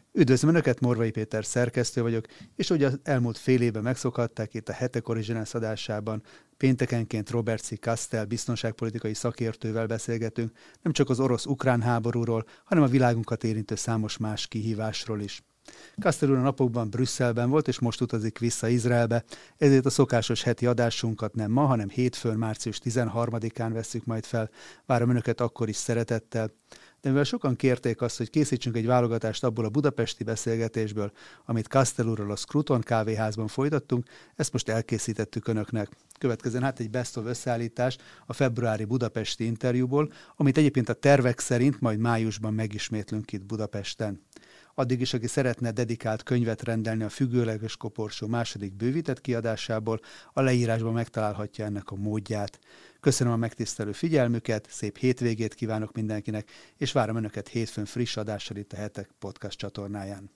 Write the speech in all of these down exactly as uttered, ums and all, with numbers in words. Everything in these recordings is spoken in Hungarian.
Üdvözlöm Önöket, Morvai Péter szerkesztő vagyok, és ugye az elmúlt fél évben megszokhatták itt a Hetek Originals adásában, péntekenként Robert C. Kastel biztonságpolitikai szakértővel beszélgetünk, nem csak az orosz-ukrán háborúról, hanem a világunkat érintő számos más kihívásról is. Kastel úr a napokban Brüsszelben volt, és most utazik vissza Izraelbe, ezért a szokásos heti adásunkat nem ma, hanem hétfőn, március tizenharmadikán vesszük majd fel. Várom Önöket akkor is szeretettel. De mivel sokan kérték azt, hogy készítsünk egy válogatást abból a budapesti beszélgetésből, amit Kastel úrral a Scruton kávéházban folytattunk, ezt most elkészítettük Önöknek. Következzen hát egy best of összeállítás a februári budapesti interjúból, amit egyébként a tervek szerint majd májusban megismétlünk itt Budapesten. Addig is, aki szeretne dedikált könyvet rendelni a Függőleges Koporsó második bővített kiadásából, a leírásban megtalálhatja ennek a módját. Köszönöm a megtisztelő figyelmüket, szép hétvégét kívánok mindenkinek, és várom Önöket hétfőn friss adással itt a Hetek podcast csatornáján.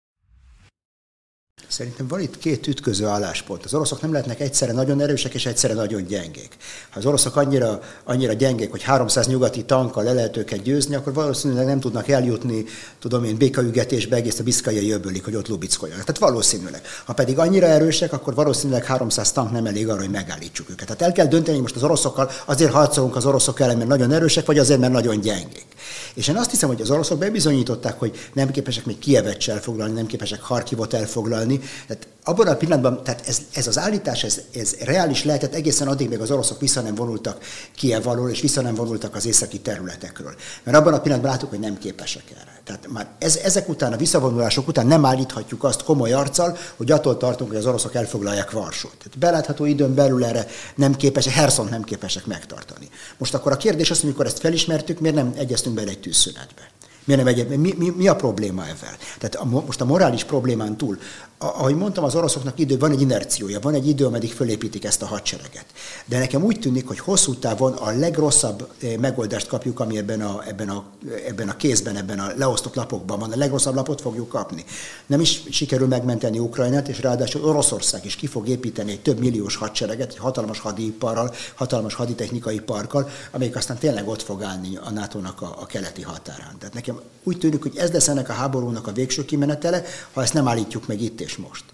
Szerintem van itt két ütköző álláspont. Az oroszok nem lehetnek egyszerre nagyon erősek és egyszerre nagyon gyengék. Ha az oroszok annyira, annyira gyengék, hogy háromszáz nyugati tankkal le lehet őket győzni, akkor valószínűleg nem tudnak eljutni, tudom én, békaügetésbe egész a Biszkajai öbölig, hogy ott lubickoljanak. Tehát valószínűleg. Ha pedig annyira erősek, akkor valószínűleg háromszáz tank nem elég arra, hogy megállítsuk őket. Tehát el kell dönteni, hogy most az oroszokkal azért harcolunk az oroszok ellen, mert nagyon erősek, vagy azért, mert nagyon gyengék. És én azt hiszem, hogy az oroszok bebizonyították, hogy nem képesek még Kijevet se elfoglalni, nem képesek Harkivot elfoglalni. Tehát abban a pillanatban, tehát ez, ez az állítás, ez, ez reális lehetett egészen addig, még az oroszok vissza nem vonultak Kijev alól, és vissza nem vonultak az északi területekről. Mert abban a pillanatban láttuk, hogy nem képesek erre. Tehát már ez, ezek után, a visszavonulások után nem állíthatjuk azt komoly arccal, hogy attól tartunk, hogy az oroszok elfoglalják Varsót. Tehát belátható időn belül erre nem képesek, Herszont nem képesek megtartani. Most akkor a kérdés az, hogy mikor ezt felismertük, miért nem egyeztünk bele egy tűzszünetbe? Miért nem egy, mi, mi, mi a probléma ezzel? Tehát a, most a morális problémán túl, a, ahogy mondtam, az oroszoknak idő, van egy inerciója, van egy idő, ameddig fölépítik ezt a hadsereget. De nekem úgy tűnik, hogy hosszú távon a legrosszabb megoldást kapjuk, ami ebben a, ebben a, ebben a kézben, ebben a leosztott lapokban van. A legrosszabb lapot fogjuk kapni. Nem is sikerül megmenteni Ukrajnát, és ráadásul Oroszország is ki fog építeni egy több milliós hadsereget, egy hatalmas hadiiparral, hatalmas haditechnikai parkkal, amelyik aztán tényleg ott fog állni a nátónak a, a keleti határán. Tehát nekem úgy tűnik, hogy ez lesz ennek a háborúnak a végső kimenetele, ha ezt nem állítjuk meg itt és most.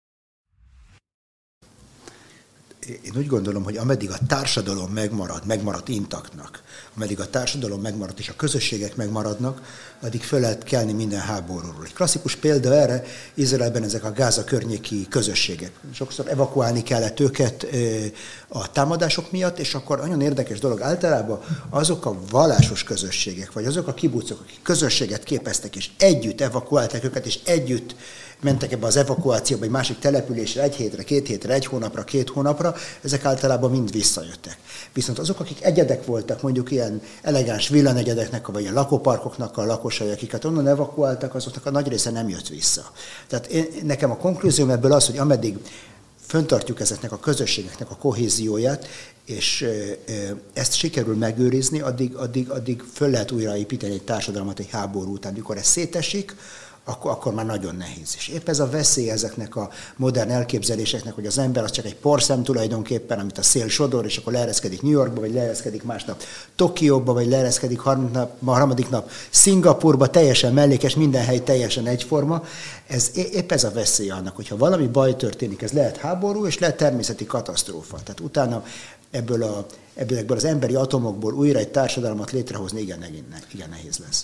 Én úgy gondolom, hogy ameddig a társadalom megmarad, megmarad intaktnak, ameddig a társadalom megmarad és a közösségek megmaradnak, addig föl lehet kelni minden háborúról. Egy klasszikus példa erre Izraelben ezek a Gáza környéki közösségek. Sokszor evakuálni kellett őket a támadások miatt, és akkor nagyon érdekes dolog, általában azok a vallásos közösségek, vagy azok a kibucok, akik közösséget képeztek, és együtt evakuálták őket, és együtt mentek ebbe az evakuációba egy másik településre, egy hétre, két hétre, egy hónapra, két hónapra, ezek általában mind visszajöttek. Viszont azok, akik egyedek voltak, mondjuk ilyen elegáns villanegyedeknek, vagy a lakóparkoknak a lakosai, akiket onnan evakuáltak, azoknak a nagy része nem jött vissza. Tehát én, nekem a konklúzióm ebből az, hogy ameddig fenntartjuk ezeknek a közösségeknek a kohézióját, és ezt sikerül megőrizni, addig, addig, addig föl lehet újraépíteni egy társadalmat egy háború után. Mikor ez szétesik, Akkor, akkor már nagyon nehéz. És épp ez a veszély ezeknek a modern elképzeléseknek, hogy az ember az csak egy porszem tulajdonképpen, amit a szél sodor, és akkor leereszkedik New Yorkba, vagy leereszkedik másnap Tokióba, vagy leereszkedik harmadik nap Szingapurba, teljesen mellékes, minden hely teljesen egyforma. Ez, épp ez a veszély annak, hogyha valami baj történik, ez lehet háború, és lehet természeti katasztrófa. Tehát utána ebből, a, ebből, ebből az emberi atomokból újra egy társadalmat létrehozni igen, igen nehéz lesz.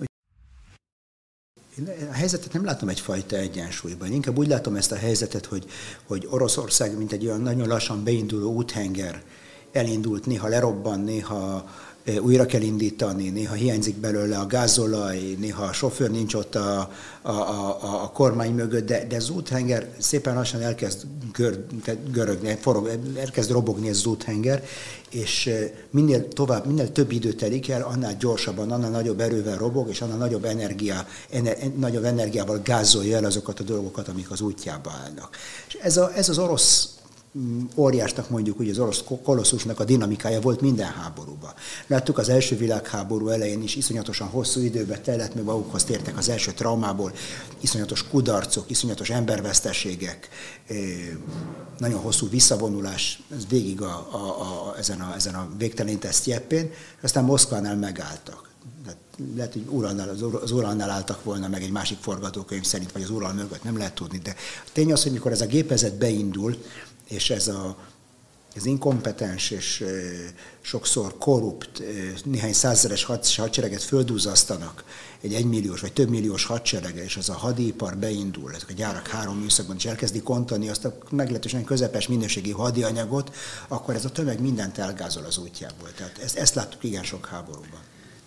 Én a helyzetet nem látom egyfajta egyensúlyban. Én inkább úgy látom ezt a helyzetet, hogy, hogy Oroszország, mint egy olyan nagyon lassan beinduló úthenger, elindult, néha lerobban, néha újra kell indítani, néha hiányzik belőle a gázolaj, néha a sofőr nincs ott a, a, a, a kormány mögött, de, de az úthenger szépen lassan elkezd gör, görögni, forog, elkezd robogni ez az úthenger, és minél tovább, minél több idő telik el, annál gyorsabban, annál nagyobb erővel robog, és annál nagyobb, energia, ener, nagyobb energiával gázolja el azokat a dolgokat, amik az útjába állnak. És ez, a, ez az orosz óriásnak mondjuk, úgy az orosz kolosszusnak a dinamikája volt minden háborúban. Láttuk az első világháború elején is, iszonyatosan hosszú időbe tellett, még magukhoz tértek az első traumából, iszonyatos kudarcok, iszonyatos emberveszteségek, nagyon hosszú visszavonulás, ez végig a, a, a, ezen, a, ezen a végtelen tesztjeppén, aztán Moszkvánál megálltak. lehet, hogy Uralnál, az Uralnál álltak volna meg egy másik forgatókönyv szerint, vagy az Ural mögött, nem lehet tudni. De a tény az, hogy mikor ez a gépezet beindul, és ez a ez inkompetens és e, sokszor korrupt, e, néhány százezeres hadsereget földúzzasztanak egy egymilliós vagy több milliós hadserege, és az a hadipar beindul, ezek a gyárak három műszakban is elkezdi kontani azt a meglehetősen közepes minőségi hadianyagot, akkor ez a tömeg mindent elgázol az útjából. Tehát ezt, ezt láttuk igen sok háborúban.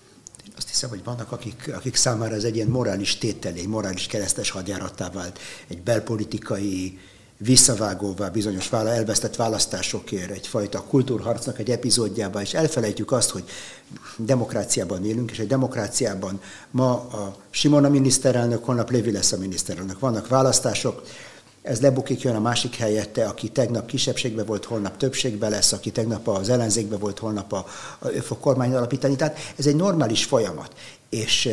Én azt hiszem, hogy vannak, akik, akik számára ez egy ilyen morális tétel, egy morális keresztes hadjárattá vált, egy belpolitikai visszavágóvá bizonyos elvesztett választásokért, egyfajta kultúrharcnak egy epizódjában, és elfelejtjük azt, hogy demokráciában élünk, és egy demokráciában ma a Simona miniszterelnök, holnap Lévi lesz a miniszterelnök. Vannak választások, ez lebukik, jön a másik helyette, aki tegnap kisebbségben volt, holnap többségben lesz, aki tegnap az ellenzékben volt, holnap a, a, ő fog kormányt alapítani. Tehát ez egy normális folyamat. És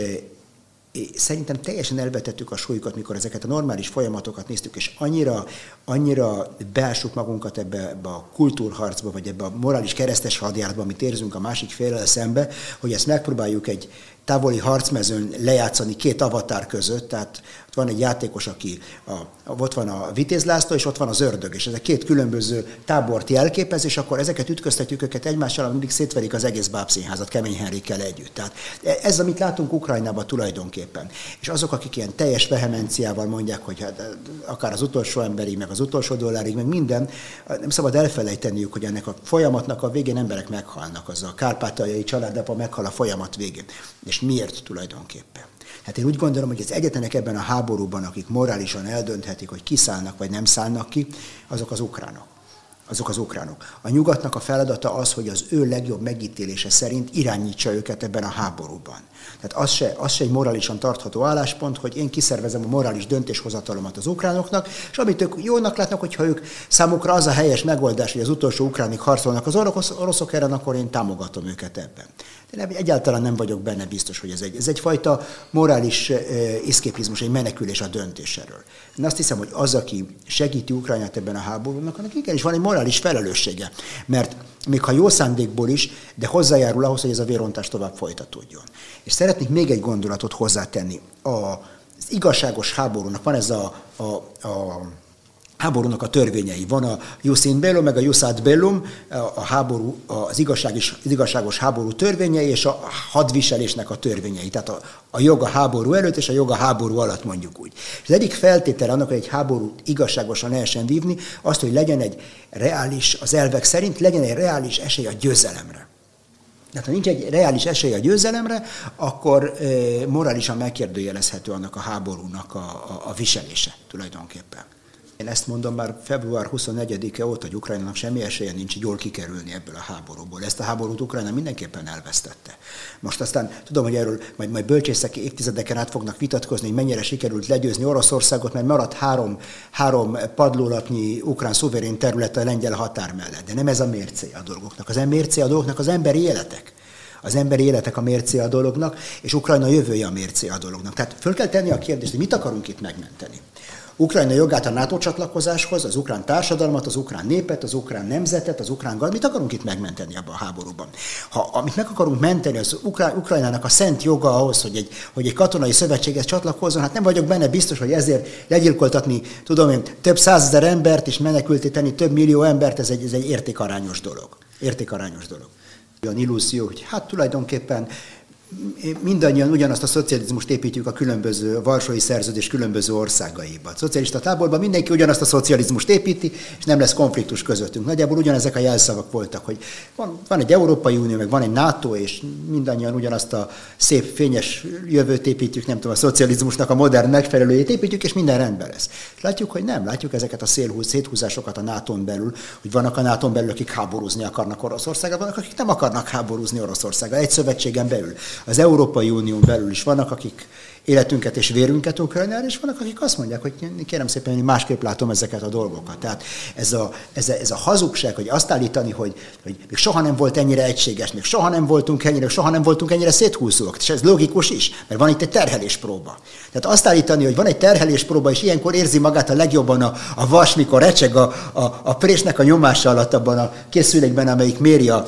szerintem teljesen elvetettük a súlyukat, mikor ezeket a normális folyamatokat néztük, és annyira, annyira beássuk magunkat ebbe, ebbe a kultúrharcba, vagy ebbe a morális keresztes hadjáratba, amit érzünk a másik féllel szembe, hogy ezt megpróbáljuk egy távoli harcmezőn lejátszani két avatár között, tehát ott van egy játékos, aki a, ott van a Vitéz László, és ott van az ördög, és ezek két különböző tábort jelképez, és akkor ezeket ütköztetjük őket egymással, mindig szétverik az egész bábszínházat Kemény Henrikkel együtt. Tehát ez, amit látunk Ukrajnában tulajdonképpen. És azok, akik ilyen teljes vehemenciával mondják, hogy hát, akár az utolsó emberig, meg az utolsó dollárig, meg minden, nem szabad elfelejteniük, hogy ennek a folyamatnak a végén emberek meghalnak, az a kárpátaljai családapa meghal a folyamat végén. És miért tulajdonképpen? Hát én úgy gondolom, hogy az egyetlenek ebben a háborúban, akik morálisan eldönthetik, hogy kiszállnak vagy nem szállnak ki, azok az ukránok. Azok az ukránok. A nyugatnak a feladata az, hogy az ő legjobb megítélése szerint irányítsa őket ebben a háborúban. Tehát az se, az se egy morálisan tartható álláspont, hogy én kiszervezem a morális döntéshozatalomat az ukránoknak, és amit ők jónak látnak, hogyha ők számukra az a helyes megoldás, hogy az utolsó ukránig harcolnak az orosz, oroszok ellen, akkor én támogatom őket ebben. De nem, egyáltalán nem vagyok benne biztos, hogy ez egy, ez egyfajta morális uh, eszképizmus, egy menekülés a döntéséről. Én azt hiszem, hogy az, aki segíti Ukrajnát ebben a háborúnak, annak igenis van egy morális felelőssége. Mert még ha jó szándékból is, de hozzájárul ahhoz, hogy ez a vérontás tovább folytatódjon. És szeretnék még egy gondolatot hozzátenni. A, az igazságos háborúnak van ez a, a, a háborúnak a törvényei. Van a Jus in Bellum, meg a Jus ad Bellum, a háború, az, igazságos, az igazságos háború törvényei és a hadviselésnek a törvényei. Tehát a, a jog a háború előtt és a jog a háború alatt, mondjuk úgy. És az egyik feltétele annak, hogy egy háborút igazságosan lehessen vívni, azt, hogy legyen egy reális, az elvek szerint legyen egy reális esély a győzelemre. Tehát ha nincs egy reális esély a győzelemre, akkor e, morálisan megkérdőjelezhető annak a háborúnak a, a, a viselése tulajdonképpen. Én ezt mondom már február huszonnegyedike óta, hogy Ukrajnának semmi esélye nincs jól kikerülni ebből a háborúból. Ezt a háborút Ukrajna mindenképpen elvesztette. Most aztán tudom, hogy erről majd, majd bölcsészek évtizedeken át fognak vitatkozni, hogy mennyire sikerült legyőzni Oroszországot, mert maradt három, három padlólapnyi ukrán szuverén terület a lengyel határ mellett. De nem ez a mércéje a dolgoknak. Az mércéje a dolgoknak az emberi életek. Az emberi életek a mércéje a dolognak, és Ukrajna jövője a mércéje a dolognak. Tehát föl kell tenni a kérdést, hogy mit akarunk itt megmenteni. Ukrajna jogát a NATO csatlakozáshoz, az ukrán társadalmat, az ukrán népet, az ukrán nemzetet, az ukrán gazdaságot, mit akarunk itt megmenteni abban a háborúban? Ha amit meg akarunk menteni, az Ukrán, Ukrajnának a szent joga ahhoz, hogy egy, hogy egy katonai szövetséghez csatlakozzon, hát nem vagyok benne biztos, hogy ezért legyilkoltatni, tudom én, több százezer embert és menekültíteni több millió embert, ez egy, ez egy értékarányos dolog. Értékarányos dolog. Olyan illúzió, hogy hát tulajdonképpen mindannyian ugyanazt a szocializmust építjük a különböző Varsói Szerződés különböző országaiban. A szocialista táborban mindenki ugyanazt a szocializmust építi, és nem lesz konfliktus közöttünk. Nagyjából ugyanezek a jelszavak voltak, hogy van, van egy Európai Unió, meg van egy NATO, és mindannyian ugyanazt a szép, fényes jövőt építjük, nem tudom, a szocializmusnak a modern megfelelőjét építjük, és minden rendben lesz. És látjuk, hogy nem. Látjuk ezeket a szélhúz, széthúzásokat a nátón belül, hogy vannak a nátón belül, akik háborúzni akarnak Oroszországgal, vannak, akik nem akarnak háborúzni Oroszországgal, egy szövetségen belül. Az Európai Unión belül is vannak, akik életünket és vérünket Ukrajnára, és vannak, akik azt mondják, hogy kérem szépen, én másképp látom ezeket a dolgokat. Tehát ez a, ez a, ez a hazugság, hogy azt állítani, hogy, hogy még soha nem volt ennyire egységes, még soha nem voltunk ennyire, soha nem voltunk ennyire széthúzóak, és ez logikus is, mert van itt egy terheléspróba. Tehát azt állítani, hogy van egy terheléspróba, és ilyenkor érzi magát a legjobban a, a vas, mikor recseg a, a, a présnek a nyomása alatt abban a készülékben, amelyik méri a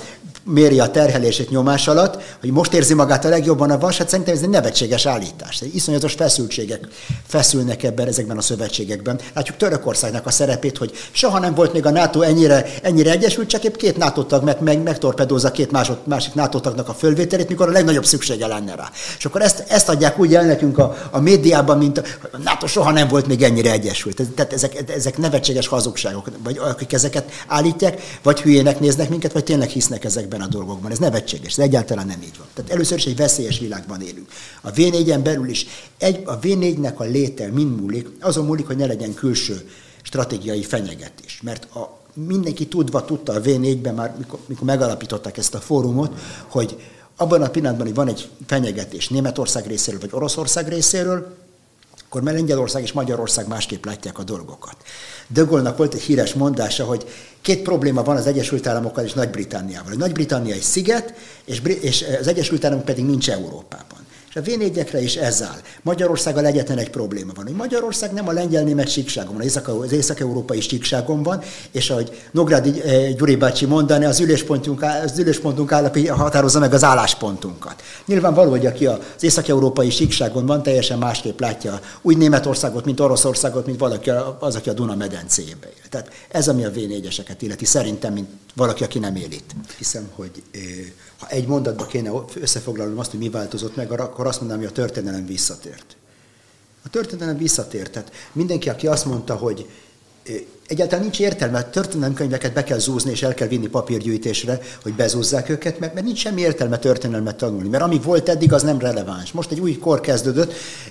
méri a terhelését nyomás alatt, hogy most érzi magát a legjobban a vas, hát szerintem ez egy nevetséges állítás. Iszonyatos feszültségek feszülnek ebben, ezekben a szövetségekben. Látjuk Törökországnak a szerepét, hogy soha nem volt még a NATO ennyire, ennyire egyesült, csak épp két NATO tag meg, meg, megtorpedózza két másod, másik NATO tagnak a fölvételét, mikor a legnagyobb szüksége lenne rá. És akkor ezt, ezt adják úgy el nekünk a, a médiában, mint a, a NATO soha nem volt még ennyire egyesült. Tehát ezek, ezek nevetséges hazugságok, vagy akik ezeket állítják, vagy hülyének néznek minket, vagy tényleg hisznek ezekben a dolgokban. Ez nevetséges, ez egyáltalán nem így van. Tehát először is egy veszélyes világban élünk. A vé négyen belül is egy, a vé négynek a léte mind múlik, azon múlik, hogy ne legyen külső stratégiai fenyegetés. Mert a, mindenki tudva tudta a vé négyben már, mikor, mikor megalapították ezt a fórumot, hogy abban a pillanatban, hogy van egy fenyegetés Németország részéről, vagy Oroszország részéről, akkor már Lengyelország és Magyarország másképp látják a dolgokat. De Gaullenak volt egy híres mondása, hogy két probléma van az Egyesült Államokkal és Nagy-Britanniával. Nagy-Britannia egy sziget, és, és az Egyesült Államok pedig nincs Európában. És a vé négyekre is ez áll. Magyarországgal egyetlen egy probléma van, hogy Magyarország nem a lengyel-német síkságon van, az észak-európai síkságon van, és ahogy Nógrádi Gyuri bácsi mondani, az üléspontunk, az üléspontunk állapít, határozza meg az álláspontunkat. Nyilvánvaló, hogy aki az észak-európai síkságon van, teljesen másképp látja úgy Németországot, mint Oroszországot, mint valaki az, aki a Duna medencéjébe él. Tehát ez, ami a vé négyeseket illeti, szerintem, mint valaki, aki nem él itt. Hiszem, hogy ha egy mondatba kéne összefoglalnom azt, hogy mi változott meg, akkor azt mondanám, hogy a történelem visszatért. A történelem visszatért. Tehát mindenki, aki azt mondta, hogy egyáltalán nincs értelme, történelemkönyveket be kell zúzni, és el kell vinni papírgyűjtésre, hogy bezúzzák őket, mert, mert nincs semmi értelme történelmet tanulni. Mert ami volt eddig, az nem releváns. Most egy új kor kezdődött,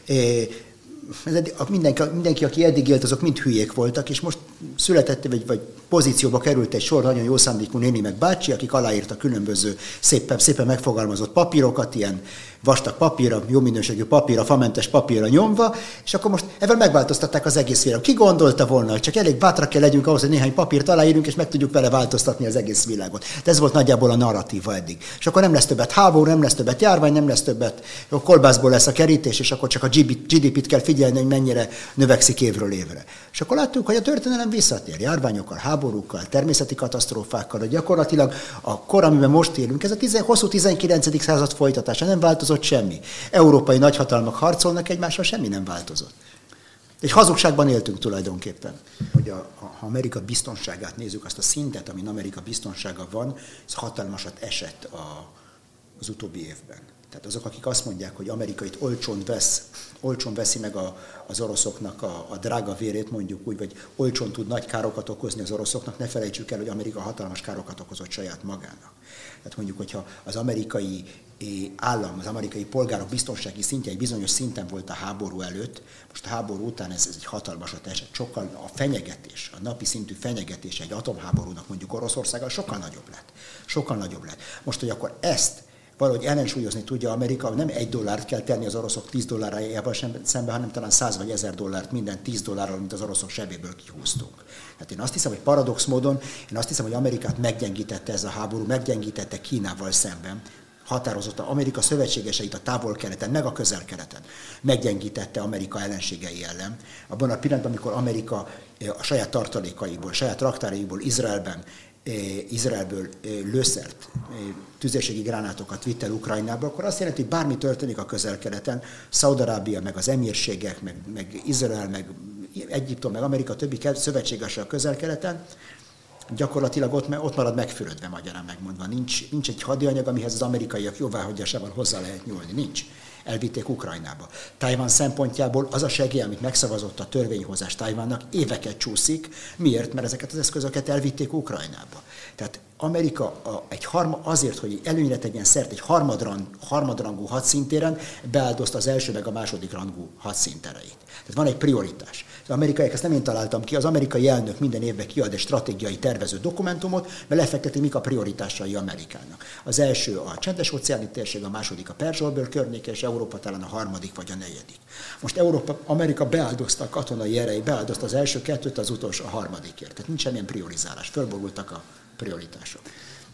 mindenki, mindenki, aki eddig élt, azok mind hülyék voltak, és most született, vagy, vagy pozícióba került egy sor nagyon jó szándékú néni meg bácsi, akik aláírtak különböző szépen, szépen megfogalmazott papírokat, ilyen vastag papírra, jó minőségű papírra, famentes papírra nyomva, és akkor most ezzel megváltoztatták az egész világot. Ki gondolta volna, hogy csak elég bátrak kell legyünk ahhoz, hogy néhány papírt aláírunk, és meg tudjuk vele változtatni az egész világot. De ez volt nagyjából a narratíva eddig. És akkor nem lesz többet háború, nem lesz többet járvány, nem lesz többet, a kolbászból lesz a kerítés, és akkor csak a gé dé pét kell figyelni, hogy mennyire növekszik évről évre. És akkor láttuk, hogy a történelem visszatér járványokkal, háborúkkal, természeti katasztrófákkal, hogy gyakorlatilag a kor, amiben most élünk, ez a tizen, hosszú tizenkilencedik század folytatása, nem változott semmi. Európai nagyhatalmak harcolnak egymással, semmi nem változott. Egy hazugságban éltünk tulajdonképpen. Hogy a, a, ha Amerika biztonságát nézzük, azt a szintet, amin Amerika biztonsága van, ez hatalmasat esett a, az utóbbi évben. Tehát azok, akik azt mondják, hogy Amerika itt olcsón vesz, olcsón veszi meg a, az oroszoknak a, a drága vérét, mondjuk úgy, vagy olcsón tud nagy károkat okozni az oroszoknak, ne felejtsük el, hogy Amerika hatalmas károkat okozott saját magának. Tehát mondjuk, hogyha az amerikai állam, az amerikai polgárok biztonsági szintje egy bizonyos szinten volt a háború előtt, most a háború után ez, ez egy hatalmasat esett, sokkal a fenyegetés, a napi szintű fenyegetés egy atomháborúnak mondjuk Oroszországgal sokkal nagyobb lett. Sokkal nagyobb lett. Most, hogy akkor ezt valahogy ellensúlyozni tudja Amerika, nem egy dollárt kell tenni az oroszok tíz dollárjával szemben, hanem talán száz vagy ezer dollárt minden tíz dollárral, mint az oroszok sebéből kihúztunk. Hát én azt hiszem, hogy paradox módon, én azt hiszem, hogy Amerikát meggyengítette ez a háború, meggyengítette Kínával szemben, határozottan Amerika szövetségeseit a távol-keleten, meg a közel-keleten meggyengítette Amerika ellenségei ellen. Abban a pillanatban, amikor Amerika a saját tartalékaiból, saját raktáraiból Izraelben Izraelből lőszert, tüzérségi gránátokat vitt el Ukrajnába, akkor azt jelenti, hogy bármi történik a közel-keleten, Szaúd-Arábia, meg az emírségek, meg, meg Izrael, meg Egyiptom, meg Amerika többi szövetségese a közel-keleten, gyakorlatilag ott, ott marad megfürödve, magyarán megmondva. Nincs, nincs egy hadianyag, amihez az amerikaiak jóváhagyásával hozzá lehet nyúlni. Nincs. Elvitték Ukrajnába. Tajvan szempontjából az a segély, amit megszavazott a törvényhozás Tajvannak, éveket csúszik. Miért? Mert ezeket az eszközöket elvitték Ukrajnába. Tehát Amerika a, egy harma, azért, hogy előnyre tegyen szert egy harmadrang, harmadrangú hadszintéren, beáldozta az első meg a második rangú hadszintereit. Tehát van egy prioritás. Az amerikaiak, ezt nem én találtam ki, az amerikai elnök minden évben kiad egy stratégiai tervező dokumentumot, mert lefekteti, mik a prioritásai Amerikának. Az első a csendes-óceáni térség, a második a Perzs-öböl környéke, és Európa talán a harmadik vagy a negyedik. Most Európa, Amerika beáldozta a katonai erei, beáldozta az első kettőt, az utolsó a harmadikért. Tehát nincs semmilyen priorizálás, fölborultak a prioritások.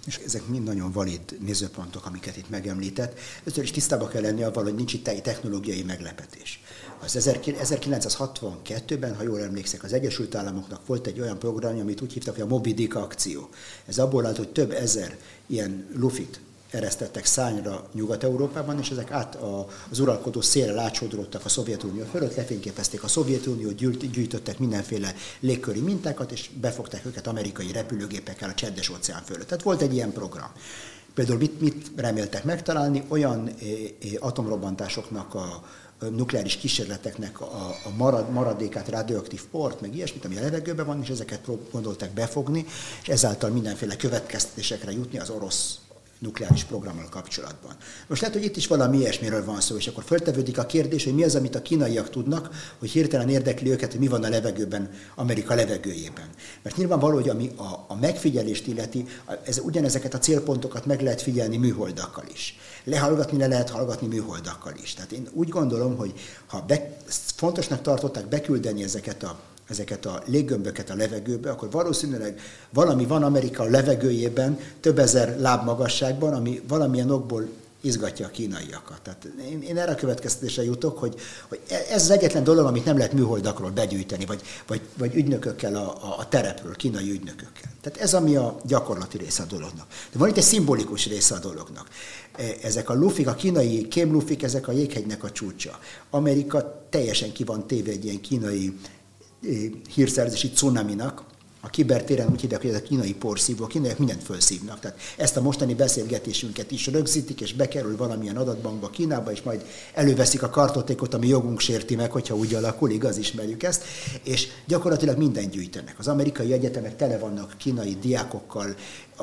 És ezek mind nagyon valid nézőpontok, amiket itt megemlített. Először is tisztában kell lenni avval, hogy nincs itt technológiai meglepetés. Az ezerkilencszázhatvankettőben, ha jól emlékszek, az Egyesült Államoknak volt egy olyan programja, amit úgy hívtak, hogy a Moby Dick akció. Ez abból állt, hogy több ezer ilyen lufit eresztettek szányra Nyugat-Európában, és ezek át a, az uralkodó szélrel átsodródtak a Szovjetunió fölött, lefényképezték a Szovjetuniót, gyűjtöttek mindenféle légköri mintákat, és befogták őket amerikai repülőgépekkel a Csendes-óceán fölött. Tehát volt egy ilyen program. Például mit, mit reméltek megtalálni? Olyan eh, eh, atomrobbantásoknak a nukleáris kísérleteknek a, a marad, maradékát, radioaktív port, meg ilyesmit, ami a levegőben van, és ezeket gondolták befogni, és ezáltal mindenféle következtetésekre jutni az orosz nukleáris programmal kapcsolatban. Most lehet, hogy itt is valami ilyesmiről van szó, és akkor föltevődik a kérdés, hogy mi az, amit a kínaiak tudnak, hogy hirtelen érdekli őket, hogy mi van a levegőben, Amerika levegőjében. Mert nyilvánvaló, hogy ami a, a megfigyelést illeti, ez, ugyanezeket a célpontokat meg lehet figyelni műholdakkal is. Lehallgatni le lehet hallgatni műholdakkal is. Tehát én úgy gondolom, hogy ha be, fontosnak tartották beküldeni ezeket a ezeket a léggömböket a levegőbe, akkor valószínűleg valami van Amerika levegőjében, több ezer láb magasságban, ami valamilyen okból izgatja a kínaiakat. Tehát én, én erre a következtetésre jutok, hogy, hogy ez az egyetlen dolog, amit nem lehet műholdakról begyűjteni, vagy, vagy, vagy ügynökökkel a, a, a terepről, kínai ügynökökkel. Tehát ez ami a gyakorlati része a dolognak. De van itt egy szimbolikus része a dolognak. Ezek a lufik, a kínai kémlufik, ezek a jéghegynek a csúcsa. Amerika teljesen ki van téve egy ilyen kínai hírszerzési cunaminak, a kibertéren úgy hívják, hogy ez a kínai porszívó, a kínaiak mindent felszívnak. Tehát ezt a mostani beszélgetésünket is rögzítik, és bekerül valamilyen adatbankba Kínába, és majd előveszik a kartotékot, ami jogunk sérti meg, hogyha úgy alakul, igaz, ismerjük ezt, és gyakorlatilag mindent gyűjtenek. Az amerikai egyetemek tele vannak kínai diákokkal,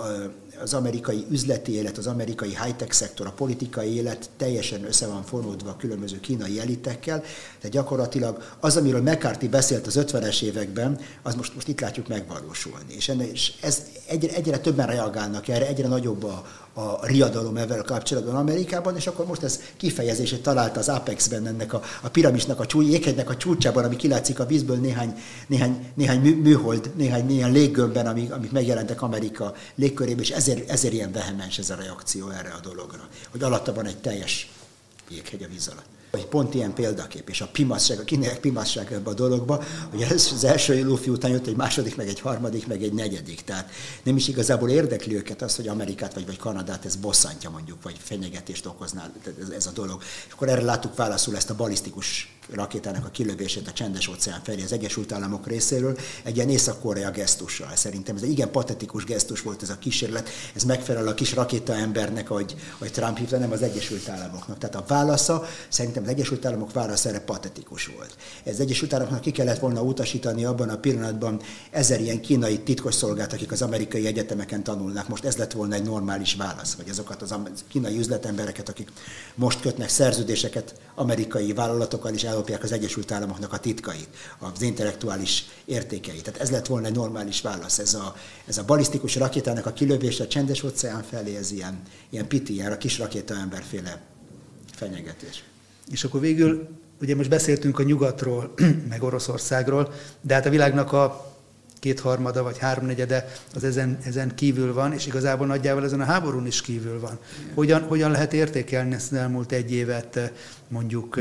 az amerikai üzleti élet, az amerikai high-tech szektor, a politikai élet teljesen össze van fonódva a különböző kínai elitekkel, tehát gyakorlatilag az, amiről McCarthy beszélt az ötvenes években, az most, most itt látjuk megvalósulni. És, enne, és ez egyre, egyre többen reagálnak erre, egyre nagyobb a, a riadalom ezzel kapcsolatban Amerikában, és akkor most ez kifejezését találta az Apexben, ennek a, a piramisnak, a csúly, jéghegynek a csúcsában, ami kilátszik a vízből néhány, néhány, néhány mű, műhold, néhány, néhány léggömbben, amik, amik megjelentek Amerika légkörében, és ezért, ezért ilyen vehemens ez a reakció erre a dologra, hogy alatta van egy teljes jéghegy a víz alatt. Hogy pont ilyen példakép, és a pimasság, a kínaiak pimasság ebbe a dologba, hogy ez az első lufi után jött egy második, meg egy harmadik, meg egy negyedik. Tehát nem is igazából érdekli őket az, hogy Amerikát vagy, vagy Kanadát ez bosszantja mondjuk, vagy fenyegetést okozná ez, ez a dolog. És akkor erre láttuk válaszul ezt a balisztikus rakétának a kilövését a Csendes-óceán felé az Egyesült Államok részéről, egy ilyen Észak-Korea gesztussal. Szerintem ez egy igen patetikus gesztus volt ez a kísérlet, ez megfelel a kis rakétaembernek, ahogy, ahogy Trump hívta, nem az Egyesült Államoknak. Tehát a válasza, szerintem az Egyesült Államok válasza erre patetikus volt. Ez az Egyesült Államoknak ki kellett volna utasítani abban a pillanatban ezer ilyen kínai titkosszolgált, akik az amerikai egyetemeken tanulnak. Most ez lett volna egy normális válasz, vagy azokat az kínai üzletembereket, akik most kötnek szerződéseket amerikai vállalatokkal is ellopják az Egyesült Államoknak a titkait, az intellektuális értékeit. Tehát ez lett volna egy normális válasz. Ez a, ez a balisztikus rakétának a kilövése a Csendes-óceán felé, ez ilyen, ilyen piti, ilyen a kis rakétaemberféle fenyegetés. És akkor végül, ugye most beszéltünk a nyugatról, meg Oroszországról, de hát a világnak a kétharmada vagy háromnegyede az ezen, ezen kívül van, és igazából nagyjából ezen a háborún is kívül van. Hogyan, hogyan lehet értékelni ezt az elmúlt egy évet mondjuk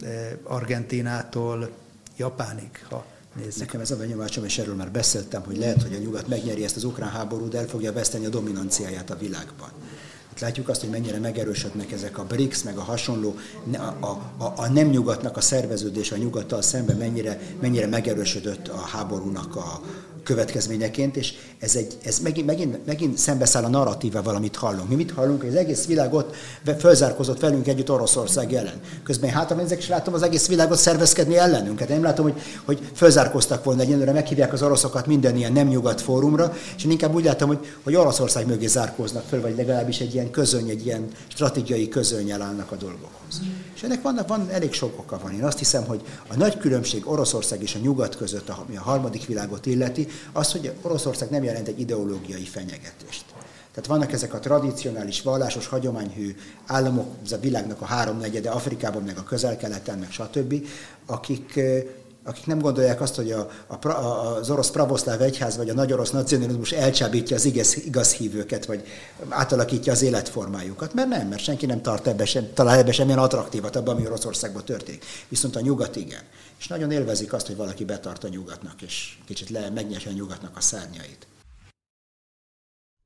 Argentínától Japánig, ha nézzük? Nekem ez a benyomásom, és erről már beszéltem, hogy lehet, hogy a nyugat megnyeri ezt az ukrán háborút, de el fogja veszteni a dominanciáját a világban. Látjuk azt, hogy mennyire megerősödnek ezek a BRICS, meg a hasonló, a, a, a nem nyugatnak a szerveződése a nyugattal szemben mennyire, mennyire megerősödött a háborúnak a következményeként, és ez, egy, ez megint, megint, megint szembeszáll a narratívával, amit hallunk. Mi mit hallunk, hogy az egész világ ott fölzárkózott velünk együtt Oroszország ellen. Közben én hátra nézek, és látom az egész világot szervezkedni ellenünk. Hát én nem látom, hogy, hogy fölzárkóztak volna, egyenlőre meghívják az oroszokat minden ilyen nem nyugat fórumra, és én inkább úgy látom, hogy, hogy Oroszország mögé zárkóznak föl, vagy legalábbis egy ilyen közöny, egy ilyen stratégiai közönnyel állnak a dolgokhoz. És ennek van, van elég sok oka van. Én azt hiszem, hogy a nagy különbség Oroszország és a nyugat között, ami a harmadik világot illeti, az, hogy Oroszország nem jelent egy ideológiai fenyegetést. Tehát vannak ezek a tradicionális, vallásos, hagyományhű államok, ez a világnak a háromnegyede, Afrikában, meg a Közel-Keleten, meg stb., akik akik nem gondolják azt, hogy a, a, az orosz pravoszláv egyház vagy a nagy orosz nacionalizmus elcsábítja az igaz, igaz hívőket, vagy átalakítja az életformájukat. Mert nem, mert senki nem tart ebbe sem, talál ebbe semmilyen attraktívat abban, ami Oroszországban történik. Viszont a nyugat igen. És nagyon élvezik azt, hogy valaki betart a nyugatnak, és kicsit le, megnyerje a nyugatnak a szárnyait.